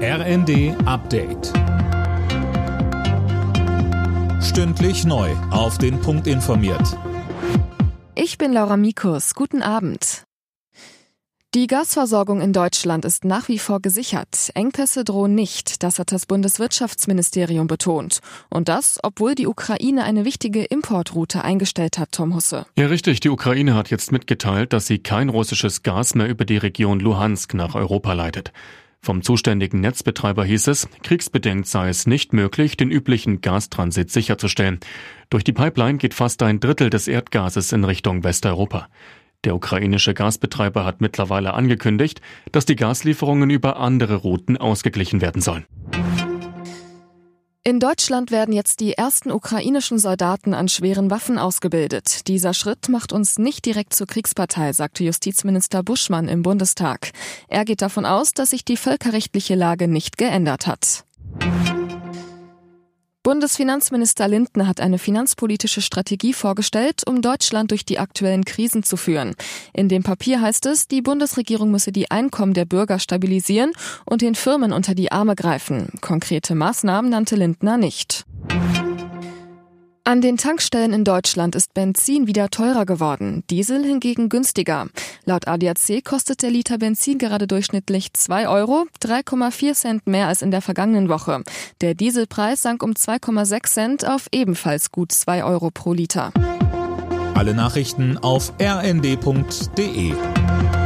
RND Update. Stündlich neu auf den Punkt informiert. Ich bin Laura Mikus. Guten Abend. Die Gasversorgung in Deutschland ist nach wie vor gesichert. Engpässe drohen nicht, das hat das Bundeswirtschaftsministerium betont. Und das, obwohl die Ukraine eine wichtige Importroute eingestellt hat, Tom Husse. Ja, richtig. Die Ukraine hat jetzt mitgeteilt, dass sie kein russisches Gas mehr über die Region Luhansk nach Europa leitet. Vom zuständigen Netzbetreiber hieß es, kriegsbedingt sei es nicht möglich, den üblichen Gastransit sicherzustellen. Durch die Pipeline geht fast ein Drittel des Erdgases in Richtung Westeuropa. Der ukrainische Gasbetreiber hat mittlerweile angekündigt, dass die Gaslieferungen über andere Routen ausgeglichen werden sollen. In Deutschland werden jetzt die ersten ukrainischen Soldaten an schweren Waffen ausgebildet. Dieser Schritt macht uns nicht direkt zur Kriegspartei, sagte Justizminister Buschmann im Bundestag. Er geht davon aus, dass sich die völkerrechtliche Lage nicht geändert hat. Bundesfinanzminister Lindner hat eine finanzpolitische Strategie vorgestellt, um Deutschland durch die aktuellen Krisen zu führen. In dem Papier heißt es, die Bundesregierung müsse die Einkommen der Bürger stabilisieren und den Firmen unter die Arme greifen. Konkrete Maßnahmen nannte Lindner nicht. An den Tankstellen in Deutschland ist Benzin wieder teurer geworden, Diesel hingegen günstiger. Laut ADAC kostet der Liter Benzin gerade durchschnittlich 2 Euro, 3,4 Cent mehr als in der vergangenen Woche. Der Dieselpreis sank um 2,6 Cent auf ebenfalls gut 2 Euro pro Liter. Alle Nachrichten auf rnd.de.